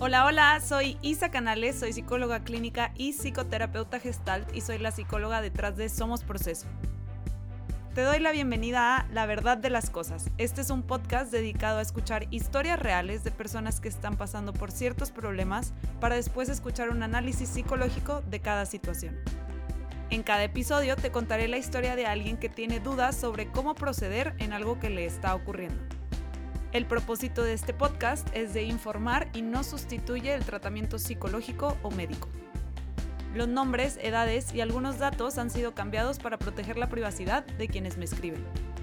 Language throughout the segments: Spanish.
Hola, hola, soy Isa Canales, soy psicóloga clínica y psicoterapeuta gestalt y soy la psicóloga detrás de Somos Proceso. Te doy la bienvenida a La Verdad de las Cosas. Este es un podcast dedicado a escuchar historias reales de personas que están pasando por ciertos problemas para después escuchar un análisis psicológico de cada situación. En cada episodio te contaré la historia de alguien que tiene dudas sobre cómo proceder en algo que le está ocurriendo. El propósito de este podcast es de informar y no sustituye el tratamiento psicológico o médico. Los nombres, edades y algunos datos han sido cambiados para proteger la privacidad de quienes me escriben.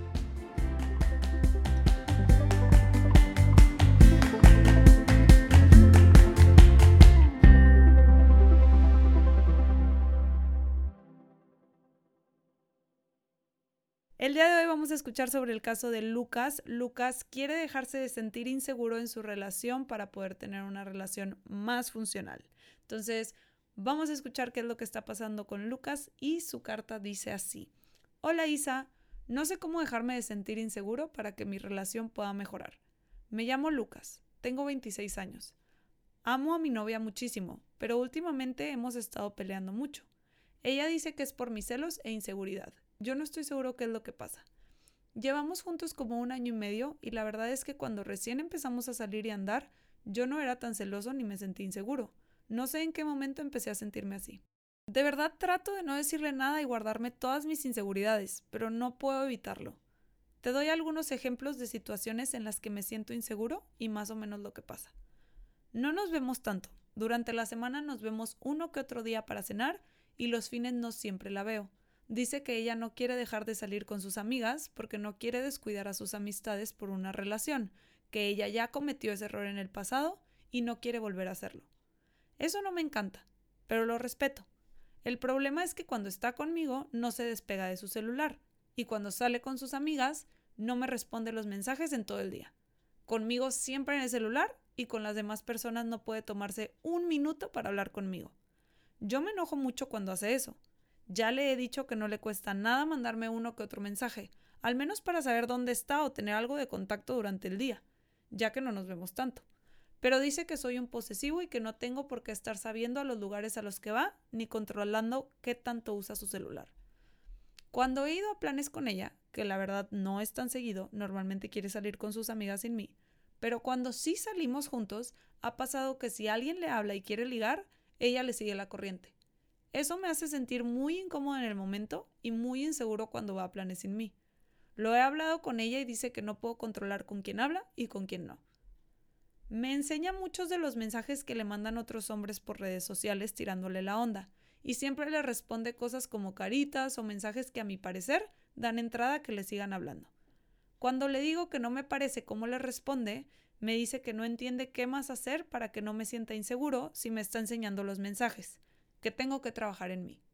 El día de hoy vamos a escuchar sobre el caso de Lucas. Lucas quiere dejarse de sentir inseguro en su relación para poder tener una relación más funcional. Entonces, vamos a escuchar qué es lo que está pasando con Lucas y su carta dice así. Hola Isa, no sé cómo dejarme de sentir inseguro para que mi relación pueda mejorar. Me llamo Lucas, tengo 26 años. Amo a mi novia muchísimo, pero últimamente hemos estado peleando mucho. Ella dice que es por mis celos e inseguridad. Yo no estoy seguro qué es lo que pasa. Llevamos juntos como 1 año y medio y la verdad es que cuando recién empezamos a salir y andar, yo no era tan celoso ni me sentí inseguro. No sé en qué momento empecé a sentirme así. De verdad trato de no decirle nada y guardarme todas mis inseguridades, pero no puedo evitarlo. Te doy algunos ejemplos de situaciones en las que me siento inseguro y más o menos lo que pasa. No nos vemos tanto. Durante la semana nos vemos uno que otro día para cenar y los fines no siempre la veo. Dice que ella no quiere dejar de salir con sus amigas porque no quiere descuidar a sus amistades por una relación, que ella ya cometió ese error en el pasado y no quiere volver a hacerlo. Eso no me encanta, pero lo respeto. El problema es que cuando está conmigo no se despega de su celular y cuando sale con sus amigas no me responde los mensajes en todo el día. Conmigo siempre en el celular y con las demás personas no puede tomarse 1 minuto para hablar conmigo. Yo me enojo mucho cuando hace eso. Ya le he dicho que no le cuesta nada mandarme uno que otro mensaje, al menos para saber dónde está o tener algo de contacto durante el día, ya que no nos vemos tanto. Pero dice que soy un posesivo y que no tengo por qué estar sabiendo a los lugares a los que va, ni controlando qué tanto usa su celular. Cuando he ido a planes con ella, que la verdad no es tan seguido, normalmente quiere salir con sus amigas sin mí, pero cuando sí salimos juntos, ha pasado que si alguien le habla y quiere ligar, ella le sigue la corriente. Eso me hace sentir muy incómodo en el momento y muy inseguro cuando va a planes sin mí. Lo he hablado con ella y dice que no puedo controlar con quién habla y con quién no. Me enseña muchos de los mensajes que le mandan otros hombres por redes sociales tirándole la onda y siempre le responde cosas como caritas o mensajes que a mi parecer dan entrada a que le sigan hablando. Cuando le digo que no me parece cómo le responde, me dice que no entiende qué más hacer para que no me sienta inseguro si me está enseñando los mensajes, que tengo que trabajar en mí.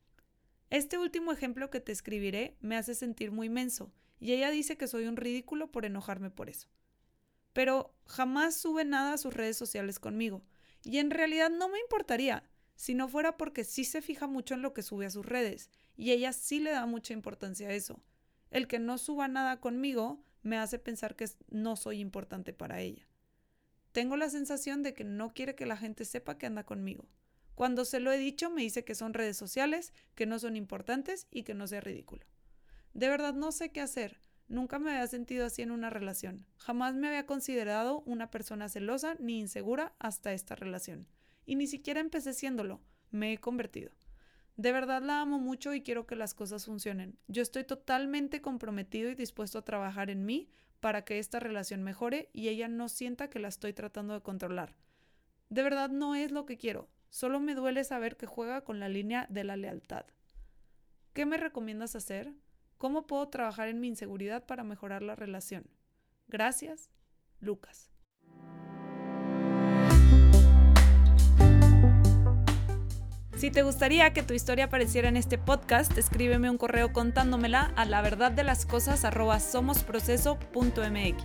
Este último ejemplo que te escribiré me hace sentir muy menso y ella dice que soy un ridículo por enojarme por eso. Pero jamás sube nada a sus redes sociales conmigo y en realidad no me importaría si no fuera porque sí se fija mucho en lo que sube a sus redes y ella sí le da mucha importancia a eso. El que no suba nada conmigo me hace pensar que no soy importante para ella. Tengo la sensación de que no quiere que la gente sepa que anda conmigo. Cuando se lo he dicho me dice que son redes sociales, que no son importantes y que no sea ridículo. De verdad no sé qué hacer. Nunca me había sentido así en una relación. Jamás me había considerado una persona celosa ni insegura hasta esta relación. Y ni siquiera empecé siéndolo. Me he convertido. De verdad la amo mucho y quiero que las cosas funcionen. Yo estoy totalmente comprometido y dispuesto a trabajar en mí para que esta relación mejore y ella no sienta que la estoy tratando de controlar. De verdad no es lo que quiero. Solo me duele saber que juega con la línea de la lealtad. ¿Qué me recomiendas hacer? ¿Cómo puedo trabajar en mi inseguridad para mejorar la relación? Gracias, Lucas. Si te gustaría que tu historia apareciera en este podcast, escríbeme un correo contándomela a laverdaddelascosas@somosproceso.mx.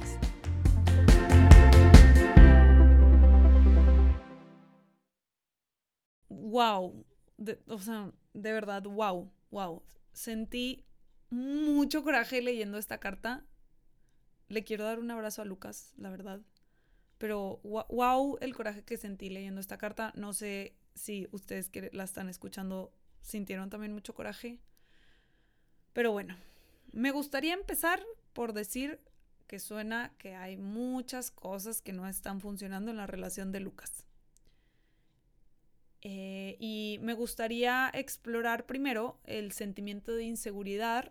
Wow, de verdad, wow. Sentí mucho coraje leyendo esta carta. Le quiero dar un abrazo a Lucas, la verdad. pero wow el coraje que sentí leyendo esta carta. No sé si ustedes que la están escuchando sintieron también mucho coraje. Pero bueno, me gustaría empezar por decir que suena que hay muchas cosas que no están funcionando en la relación de Lucas. Y me gustaría explorar primero el sentimiento de inseguridad,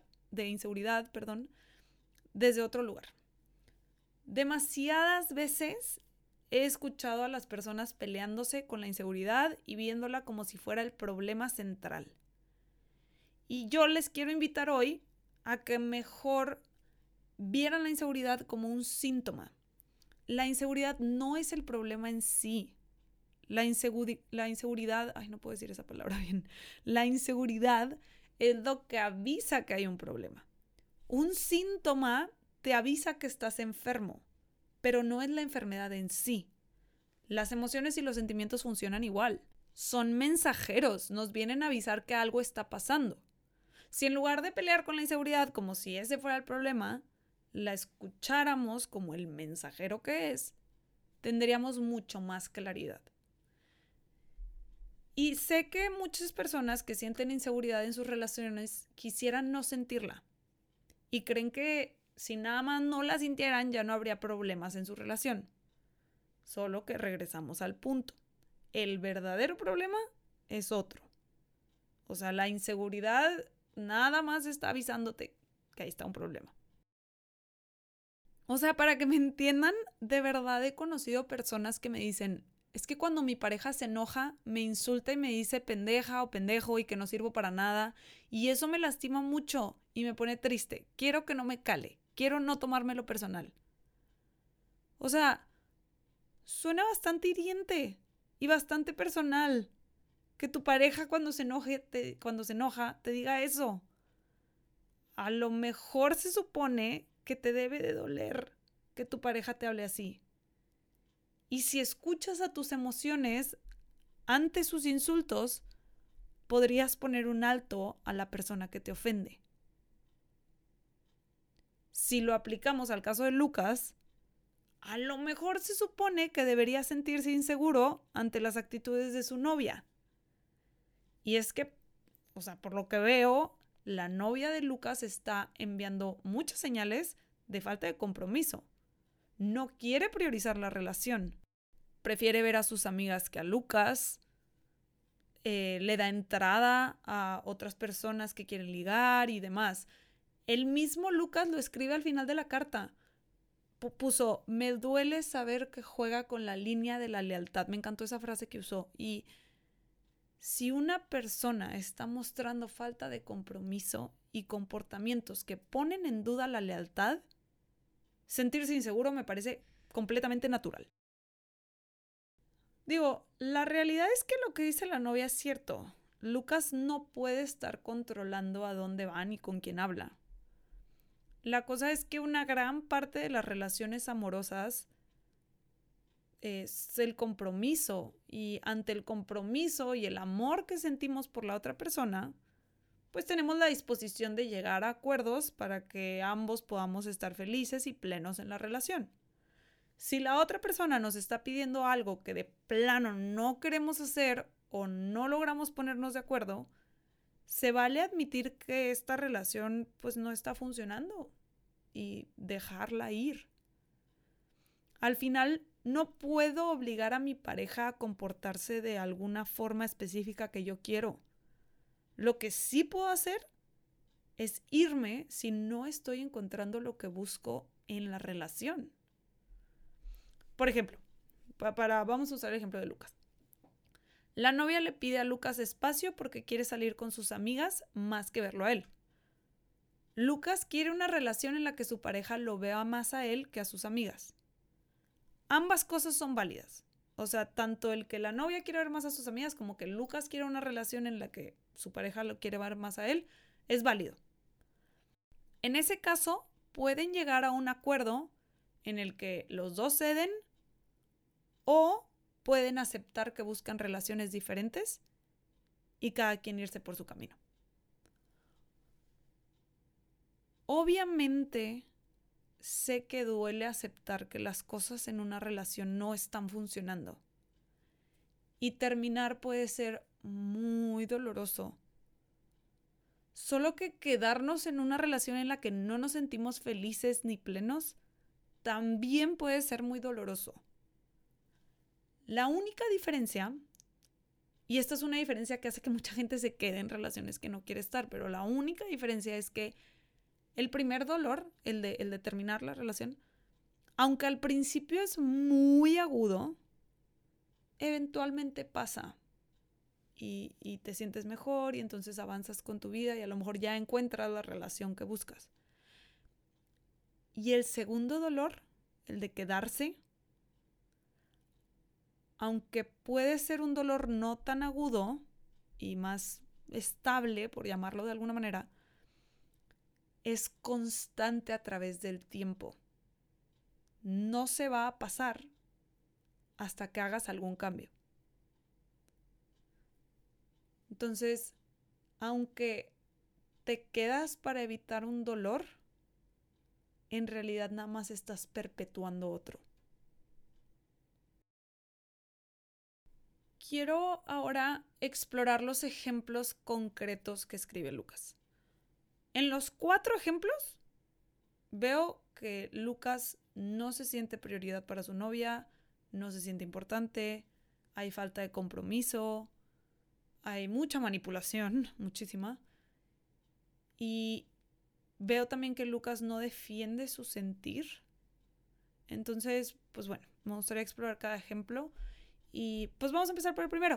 desde otro lugar. Demasiadas veces he escuchado a las personas peleándose con la inseguridad y viéndola como si fuera el problema central. Y yo les quiero invitar hoy a que mejor vieran la inseguridad como un síntoma. La inseguridad no es el problema en sí. La inseguridad, no puedo decir esa palabra bien. La inseguridad es lo que avisa que hay un problema. Un síntoma te avisa que estás enfermo, pero no es la enfermedad en sí. Las emociones y los sentimientos funcionan igual. Son mensajeros, nos vienen a avisar que algo está pasando. Si en lugar de pelear con la inseguridad como si ese fuera el problema, la escucháramos como el mensajero que es, tendríamos mucho más claridad. Y sé que muchas personas que sienten inseguridad en sus relaciones quisieran no sentirla y creen que si nada más no la sintieran ya no habría problemas en su relación. Solo que regresamos al punto. El verdadero problema es otro. O sea, la inseguridad nada más está avisándote que ahí está un problema. O sea, para que me entiendan, de verdad he conocido personas que me dicen, es que cuando mi pareja se enoja, me insulta y me dice pendeja o pendejo y que no sirvo para nada. Y eso me lastima mucho y me pone triste. Quiero que no me cale. Quiero no tomármelo personal. O sea, suena bastante hiriente y bastante personal que tu pareja cuando se enoja te diga eso. A lo mejor se supone que te debe de doler que tu pareja te hable así. Y si escuchas a tus emociones ante sus insultos, podrías poner un alto a la persona que te ofende. Si lo aplicamos al caso de Lucas, a lo mejor se supone que debería sentirse inseguro ante las actitudes de su novia. Y es que, por lo que veo, la novia de Lucas está enviando muchas señales de falta de compromiso. No quiere priorizar la relación. Prefiere ver a sus amigas que a Lucas. Le da entrada a otras personas que quieren ligar y demás. El mismo Lucas lo escribe al final de la carta. Puso, me duele saber que juega con la línea de la lealtad. Me encantó esa frase que usó. Y si una persona está mostrando falta de compromiso y comportamientos que ponen en duda la lealtad, sentirse inseguro me parece completamente natural. Digo, la realidad es que lo que dice la novia es cierto. Lucas no puede estar controlando a dónde va ni con quién habla. La cosa es que una gran parte de las relaciones amorosas es el compromiso, y ante el compromiso y el amor que sentimos por la otra persona, pues tenemos la disposición de llegar a acuerdos para que ambos podamos estar felices y plenos en la relación. Si la otra persona nos está pidiendo algo que de plano no queremos hacer o no logramos ponernos de acuerdo, se vale admitir que esta relación pues no está funcionando y dejarla ir. Al final, no puedo obligar a mi pareja a comportarse de alguna forma específica que yo quiero. Lo que sí puedo hacer es irme si no estoy encontrando lo que busco en la relación. Por ejemplo, vamos a usar el ejemplo de Lucas. La novia le pide a Lucas espacio porque quiere salir con sus amigas más que verlo a él. Lucas quiere una relación en la que su pareja lo vea más a él que a sus amigas. Ambas cosas son válidas. O sea, tanto el que la novia quiere ver más a sus amigas como que Lucas quiere una relación en la que su pareja lo quiere ver más a él, es válido. En ese caso, pueden llegar a un acuerdo en el que los dos ceden o pueden aceptar que buscan relaciones diferentes y cada quien irse por su camino. Obviamente, sé que duele aceptar que las cosas en una relación no están funcionando. Y terminar puede ser muy doloroso. Solo que quedarnos en una relación en la que no nos sentimos felices ni plenos también puede ser muy doloroso. La única diferencia, y esta es una diferencia que hace que mucha gente se quede en relaciones que no quiere estar, pero la única diferencia es que el primer dolor, el de terminar la relación, aunque al principio es muy agudo, eventualmente pasa y te sientes mejor y entonces avanzas con tu vida y a lo mejor ya encuentras la relación que buscas. Y el segundo dolor, el de quedarse, aunque puede ser un dolor no tan agudo y más estable, por llamarlo de alguna manera, es constante a través del tiempo. No se va a pasar hasta que hagas algún cambio. Entonces, aunque te quedas para evitar un dolor, en realidad nada más estás perpetuando otro. Quiero ahora explorar los ejemplos concretos que escribe Lucas. En los 4 ejemplos, veo que Lucas no se siente prioridad para su novia, no se siente importante, hay falta de compromiso, hay mucha manipulación, muchísima. Y veo también que Lucas no defiende su sentir. Entonces, pues bueno, me gustaría explorar cada ejemplo. Y pues vamos a empezar por el primero.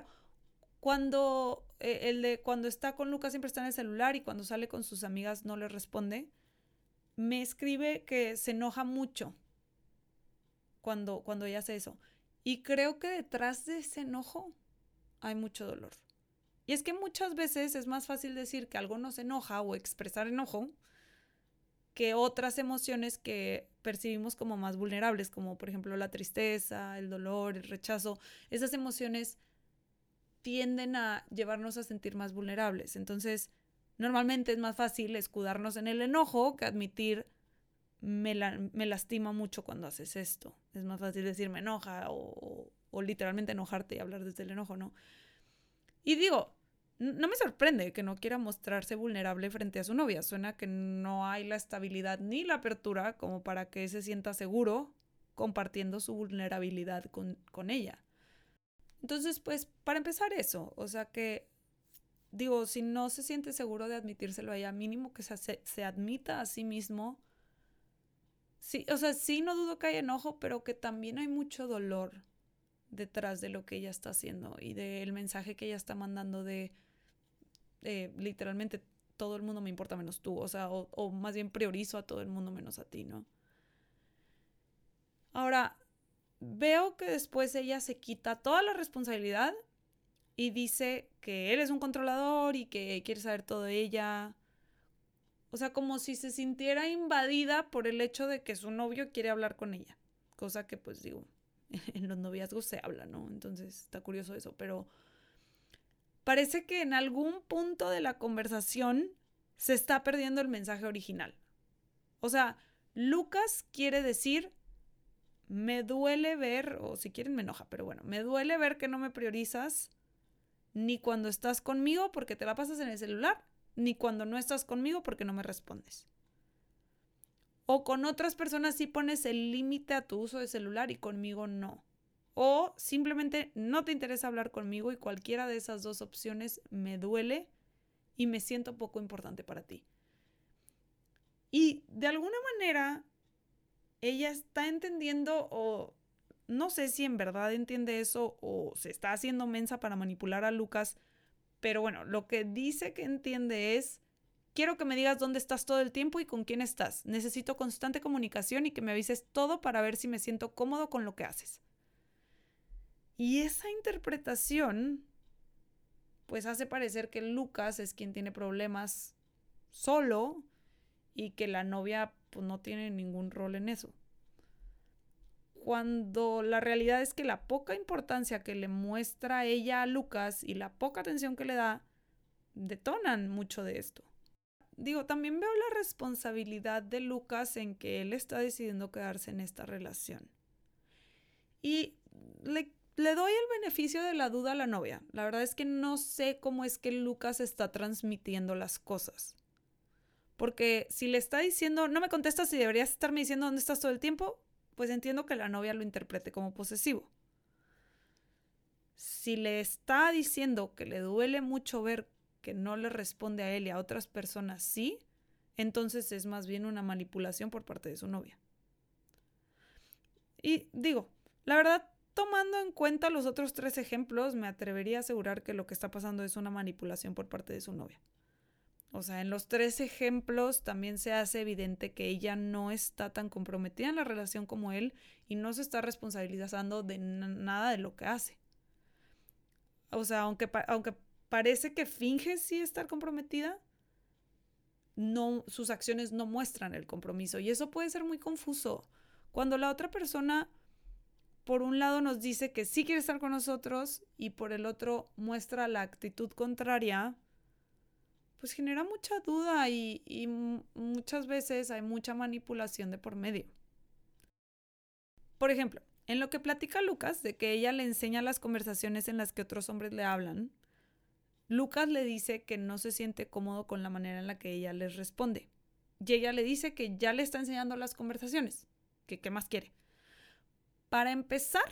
Cuando está con Lucas siempre está en el celular y cuando sale con sus amigas no le responde, me escribe que se enoja mucho cuando ella hace eso. Y creo que detrás de ese enojo hay mucho dolor. Y es que muchas veces es más fácil decir que algo nos enoja o expresar enojo que otras emociones que percibimos como más vulnerables, como por ejemplo la tristeza, el dolor, el rechazo. Esas emociones tienden a llevarnos a sentir más vulnerables. Entonces, normalmente es más fácil escudarnos en el enojo que admitir me lastima mucho cuando haces esto. Es más fácil decir me enoja o literalmente enojarte y hablar desde el enojo, ¿no? Y digo, no me sorprende que no quiera mostrarse vulnerable frente a su novia. Suena que no hay la estabilidad ni la apertura como para que se sienta seguro compartiendo su vulnerabilidad con ella. Entonces, pues, para empezar eso, o sea que, digo, si no se siente seguro de admitírselo a ella, mínimo que se admita a sí mismo. Sí, o sea, sí, no dudo que haya enojo, pero que también hay mucho dolor detrás de lo que ella está haciendo y del mensaje que ella está mandando de literalmente todo el mundo me importa menos tú, o sea, o más bien priorizo a todo el mundo menos a ti, ¿no? Ahora, veo que después ella se quita toda la responsabilidad y dice que él es un controlador y que quiere saber todo de ella. O sea, como si se sintiera invadida por el hecho de que su novio quiere hablar con ella. Cosa que, pues digo, en los noviazgos se habla, ¿no? Entonces está curioso eso, pero parece que en algún punto de la conversación se está perdiendo el mensaje original. O sea, Lucas quiere decir, me duele ver, o si quieren me enoja, pero bueno, me duele ver que no me priorizas ni cuando estás conmigo porque te la pasas en el celular, ni cuando no estás conmigo porque no me respondes. O con otras personas sí pones el límite a tu uso de celular y conmigo no. O simplemente no te interesa hablar conmigo y cualquiera de esas dos opciones me duele y me siento poco importante para ti. Y de alguna manera ella está entendiendo, o no sé si en verdad entiende eso o se está haciendo mensa para manipular a Lucas, pero bueno, lo que dice que entiende es: quiero que me digas dónde estás todo el tiempo y con quién estás. Necesito constante comunicación y que me avises todo para ver si me siento cómodo con lo que haces. Y esa interpretación pues hace parecer que Lucas es quien tiene problemas solo y que la novia pues no tiene ningún rol en eso. Cuando la realidad es que la poca importancia que le muestra ella a Lucas y la poca atención que le da detonan mucho de esto. digo, también veo la responsabilidad de Lucas en que él está decidiendo quedarse en esta relación. Y le doy el beneficio de la duda a la novia. La verdad es que no sé cómo es que Lucas está transmitiendo las cosas. Porque si le está diciendo, no me contestas y deberías estarme diciendo dónde estás todo el tiempo, pues entiendo que la novia lo interprete como posesivo. Si le está diciendo que le duele mucho ver que no le responde a él y a otras personas sí, entonces es más bien una manipulación por parte de su novia. Y digo, la verdad, tomando en cuenta los otros 3 ejemplos, me atrevería a asegurar que lo que está pasando es una manipulación por parte de su novia. O sea, en los 3 ejemplos también se hace evidente que ella no está tan comprometida en la relación como él y no se está responsabilizando de nada de lo que hace. O sea, aunque parece que finge sí estar comprometida, no, sus acciones no muestran el compromiso y eso puede ser muy confuso. Cuando la otra persona, por un lado, nos dice que sí quiere estar con nosotros y por el otro muestra la actitud contraria, pues genera mucha duda y muchas veces hay mucha manipulación de por medio. Por ejemplo, en lo que platica Lucas de que ella le enseña las conversaciones en las que otros hombres le hablan, Lucas le dice que no se siente cómodo con la manera en la que ella les responde. Y ella le dice que ya le está enseñando las conversaciones, que qué más quiere. Para empezar,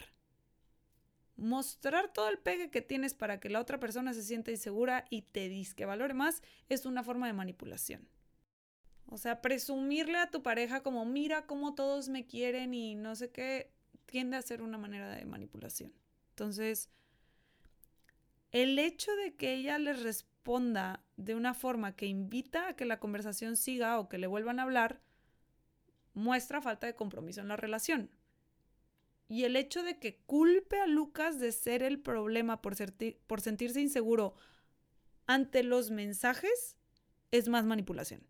mostrar todo el pegue que tienes para que la otra persona se sienta insegura y te disque valore más es una forma de manipulación. O sea, presumirle a tu pareja como mira cómo todos me quieren y no sé qué, tiende a ser una manera de manipulación. Entonces, el hecho de que ella les responda de una forma que invita a que la conversación siga o que le vuelvan a hablar, muestra falta de compromiso en la relación. Y el hecho de que culpe a Lucas de ser el problema por sentirse inseguro ante los mensajes es más manipulación.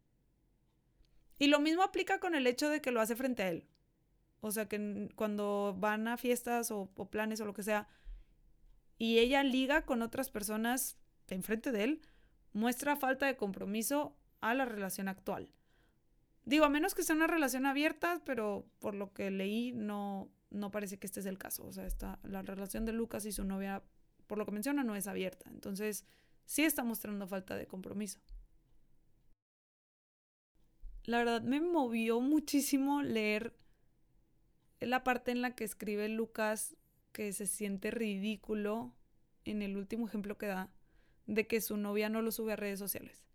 Y lo mismo aplica con el hecho de que lo hace frente a él. O sea, que cuando van a fiestas o planes o lo que sea, y ella liga con otras personas enfrente de él, muestra falta de compromiso a la relación actual. Digo, a menos que sea una relación abierta, pero por lo que leí no parece que este es el caso. O sea, la relación de Lucas y su novia, por lo que menciona, no es abierta. Entonces, sí está mostrando falta de compromiso. La verdad, me movió muchísimo leer la parte en la que escribe Lucas que se siente ridículo en el último ejemplo que da de que su novia no lo sube a redes sociales.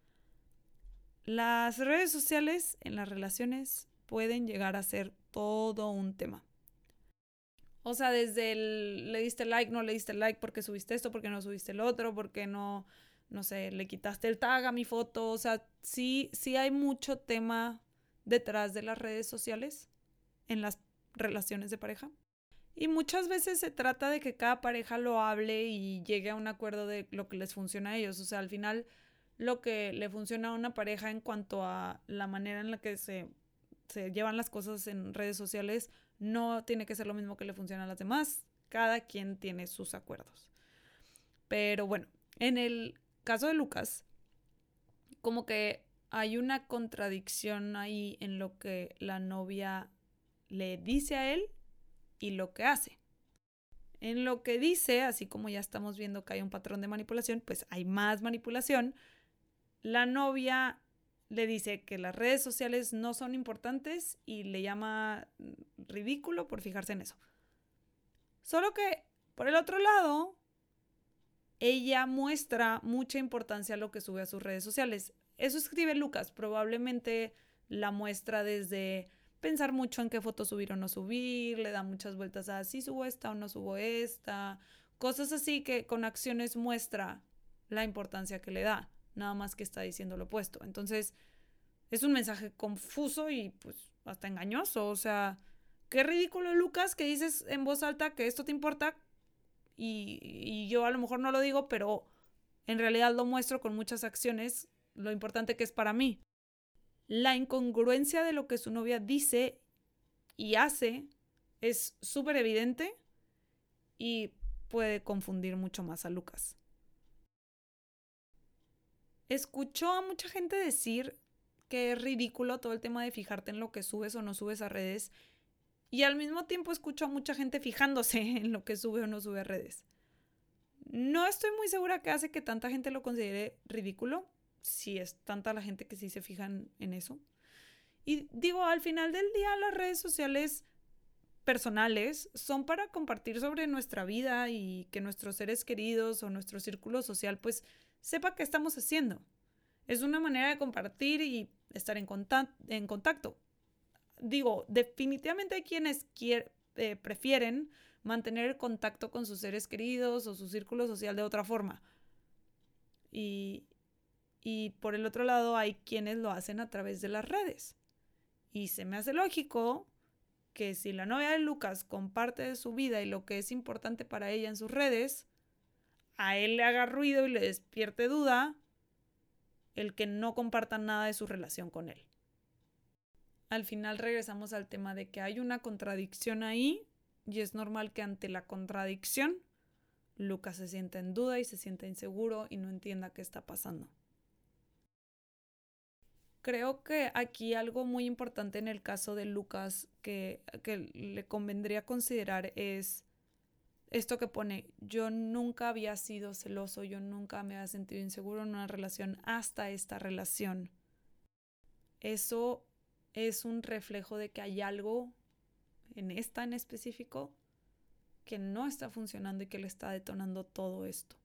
Las redes sociales en las relaciones pueden llegar a ser todo un tema. O sea, desde le diste like, no le diste like, porque subiste esto, porque no subiste el otro, porque no sé, le quitaste el tag a mi foto. O sea, sí hay mucho tema detrás de las redes sociales en las relaciones de pareja. Y muchas veces se trata de que cada pareja lo hable y llegue a un acuerdo de lo que les funciona a ellos. O sea, al final lo que le funciona a una pareja en cuanto a la manera en la que se llevan las cosas en redes sociales no tiene que ser lo mismo que le funciona a las demás. Cada quien tiene sus acuerdos. Pero bueno, en el caso de Lucas, como que hay una contradicción ahí en lo que la novia le dice a él y lo que hace. En lo que dice, así como ya estamos viendo que hay un patrón de manipulación, pues hay más manipulación. La novia le dice que las redes sociales no son importantes y le llama ridículo por fijarse en eso. Solo que, por el otro lado, ella muestra mucha importancia a lo que sube a sus redes sociales. Eso escribe Lucas, probablemente la muestra desde pensar mucho en qué foto subir o no subir, le da muchas vueltas a si subo esta o no subo esta, cosas así que con acciones muestra la importancia que le da, nada más que está diciendo lo opuesto. Entonces, es un mensaje confuso y pues hasta engañoso, o sea, qué ridículo, Lucas, que dices en voz alta que esto te importa y yo a lo mejor no lo digo, pero en realidad lo muestro con muchas acciones, lo importante que es para mí. La incongruencia de lo que su novia dice y hace es súper evidente y puede confundir mucho más a Lucas. Escucho a mucha gente decir que es ridículo todo el tema de fijarte en lo que subes o no subes a redes, y al mismo tiempo escucho a mucha gente fijándose en lo que sube o no sube a redes. No estoy muy segura qué hace que tanta gente lo considere ridículo, si es tanta la gente que sí se fijan en eso. Y digo, al final del día las redes sociales personales son para compartir sobre nuestra vida y que nuestros seres queridos o nuestro círculo social pues sepa qué estamos haciendo. Es una manera de compartir y estar en contacto. Digo, definitivamente hay quienes prefieren mantener el contacto con sus seres queridos o su círculo social de otra forma. Y, y por el otro lado hay quienes lo hacen a través de las redes. Y se me hace lógico que si la novia de Lucas comparte de su vida y lo que es importante para ella en sus redes, a él le haga ruido y le despierte duda el que no compartan nada de su relación con él. Al final regresamos al tema de que hay una contradicción ahí y es normal que ante la contradicción Lucas se sienta en duda y se sienta inseguro y no entienda qué está pasando. Creo que aquí algo muy importante en el caso de Lucas que le convendría considerar es esto que pone: yo nunca había sido celoso, yo nunca me había sentido inseguro en una relación hasta esta relación. Eso es un reflejo de que hay algo en esta en específico que no está funcionando y que le está detonando todo esto.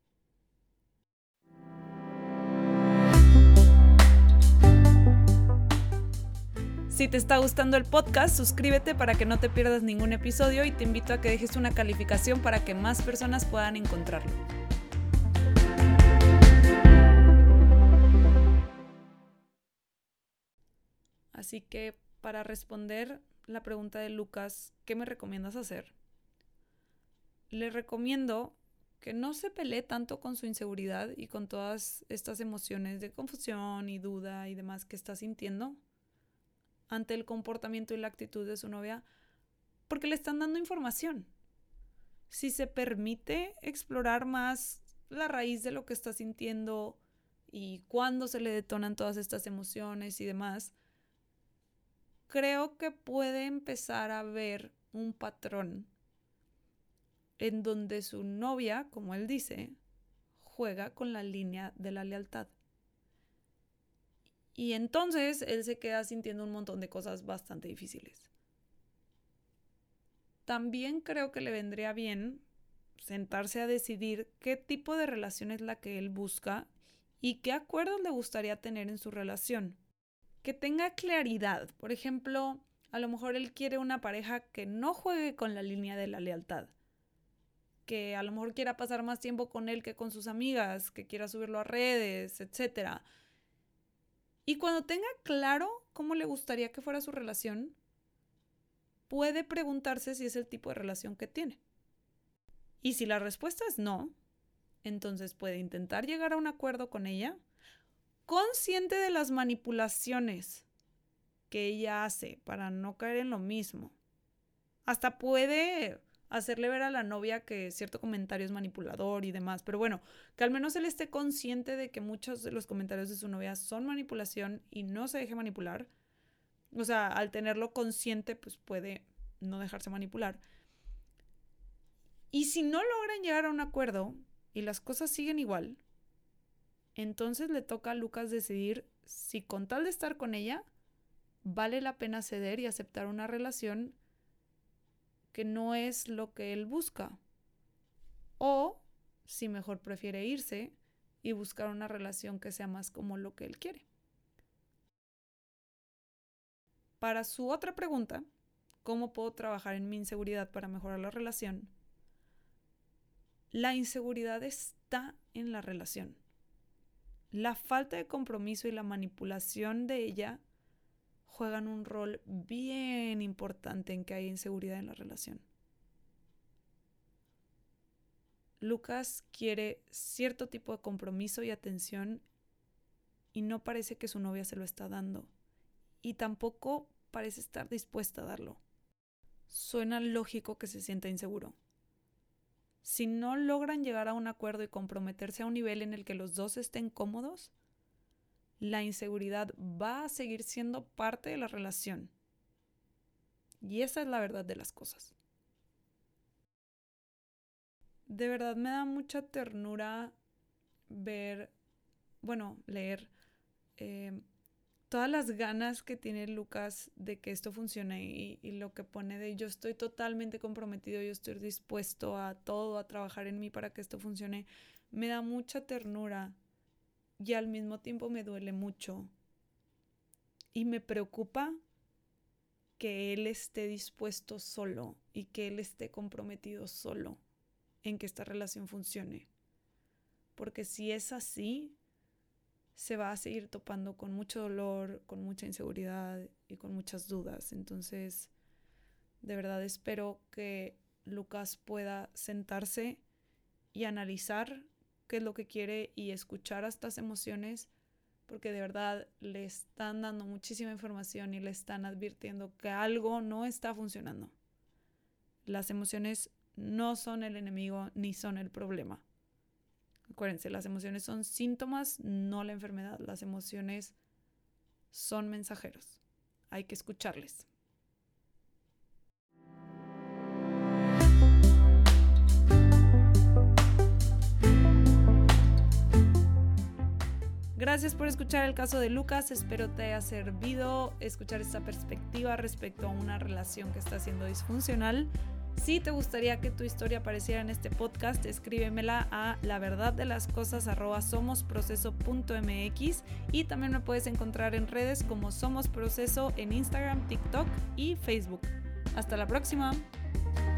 Si te está gustando el podcast, suscríbete para que no te pierdas ningún episodio y te invito a que dejes una calificación para que más personas puedan encontrarlo. Así que para responder la pregunta de Lucas, ¿qué me recomiendas hacer? Le recomiendo que no se pelee tanto con su inseguridad y con todas estas emociones de confusión y duda y demás que está sintiendo ante el comportamiento y la actitud de su novia, porque le están dando información. Si se permite explorar más la raíz de lo que está sintiendo y cuándo se le detonan todas estas emociones y demás, creo que puede empezar a ver un patrón en donde su novia, como él dice, juega con la línea de la lealtad. Y entonces él se queda sintiendo un montón de cosas bastante difíciles. También creo que le vendría bien sentarse a decidir qué tipo de relación es la que él busca y qué acuerdos le gustaría tener en su relación. Que tenga claridad. Por ejemplo, a lo mejor él quiere una pareja que no juegue con la línea de la lealtad, que a lo mejor quiera pasar más tiempo con él que con sus amigas, que quiera subirlo a redes, etc. Y cuando tenga claro cómo le gustaría que fuera su relación, puede preguntarse si es el tipo de relación que tiene. Y si la respuesta es no, entonces puede intentar llegar a un acuerdo con ella, consciente de las manipulaciones que ella hace para no caer en lo mismo. Hasta puede hacerle ver a la novia que cierto comentario es manipulador y demás, pero bueno, que al menos él esté consciente de que muchos de los comentarios de su novia son manipulación y no se deje manipular. O sea, al tenerlo consciente, pues puede no dejarse manipular. Y si no logran llegar a un acuerdo y las cosas siguen igual, entonces le toca a Lucas decidir si con tal de estar con ella, vale la pena ceder y aceptar una relación que no es lo que él busca. O si mejor prefiere irse y buscar una relación que sea más como lo que él quiere. Para su otra pregunta, ¿cómo puedo trabajar en mi inseguridad para mejorar la relación? La inseguridad está en la relación. La falta de compromiso y la manipulación de ella juegan un rol bien importante en que haya inseguridad en la relación. Lucas quiere cierto tipo de compromiso y atención y no parece que su novia se lo está dando. Y tampoco parece estar dispuesta a darlo. Suena lógico que se sienta inseguro. Si no logran llegar a un acuerdo y comprometerse a un nivel en el que los dos estén cómodos, la inseguridad va a seguir siendo parte de la relación. Y esa es la verdad de las cosas. De verdad me da mucha ternura leer todas las ganas que tiene Lucas de que esto funcione y lo que pone de yo estoy totalmente comprometido, yo estoy dispuesto a todo, a trabajar en mí para que esto funcione. Me da mucha ternura y al mismo tiempo me duele mucho. Y me preocupa que él esté dispuesto solo y que él esté comprometido solo en que esta relación funcione. Porque si es así, se va a seguir topando con mucho dolor, con mucha inseguridad y con muchas dudas. Entonces, de verdad espero que Lucas pueda sentarse y analizar qué es lo que quiere y escuchar a estas emociones, porque de verdad le están dando muchísima información y le están advirtiendo que algo no está funcionando. Las emociones no son el enemigo ni son el problema. Acuérdense, las emociones son síntomas, no la enfermedad. Las emociones son mensajeros. Hay que escucharles. Gracias por escuchar el caso de Lucas. Espero te haya servido escuchar esta perspectiva respecto a una relación que está siendo disfuncional. Si te gustaría que tu historia apareciera en este podcast, escríbemela a laverdaddelascosas@somosproceso.mx y también me puedes encontrar en redes como Somos Proceso en Instagram, TikTok y Facebook. Hasta la próxima.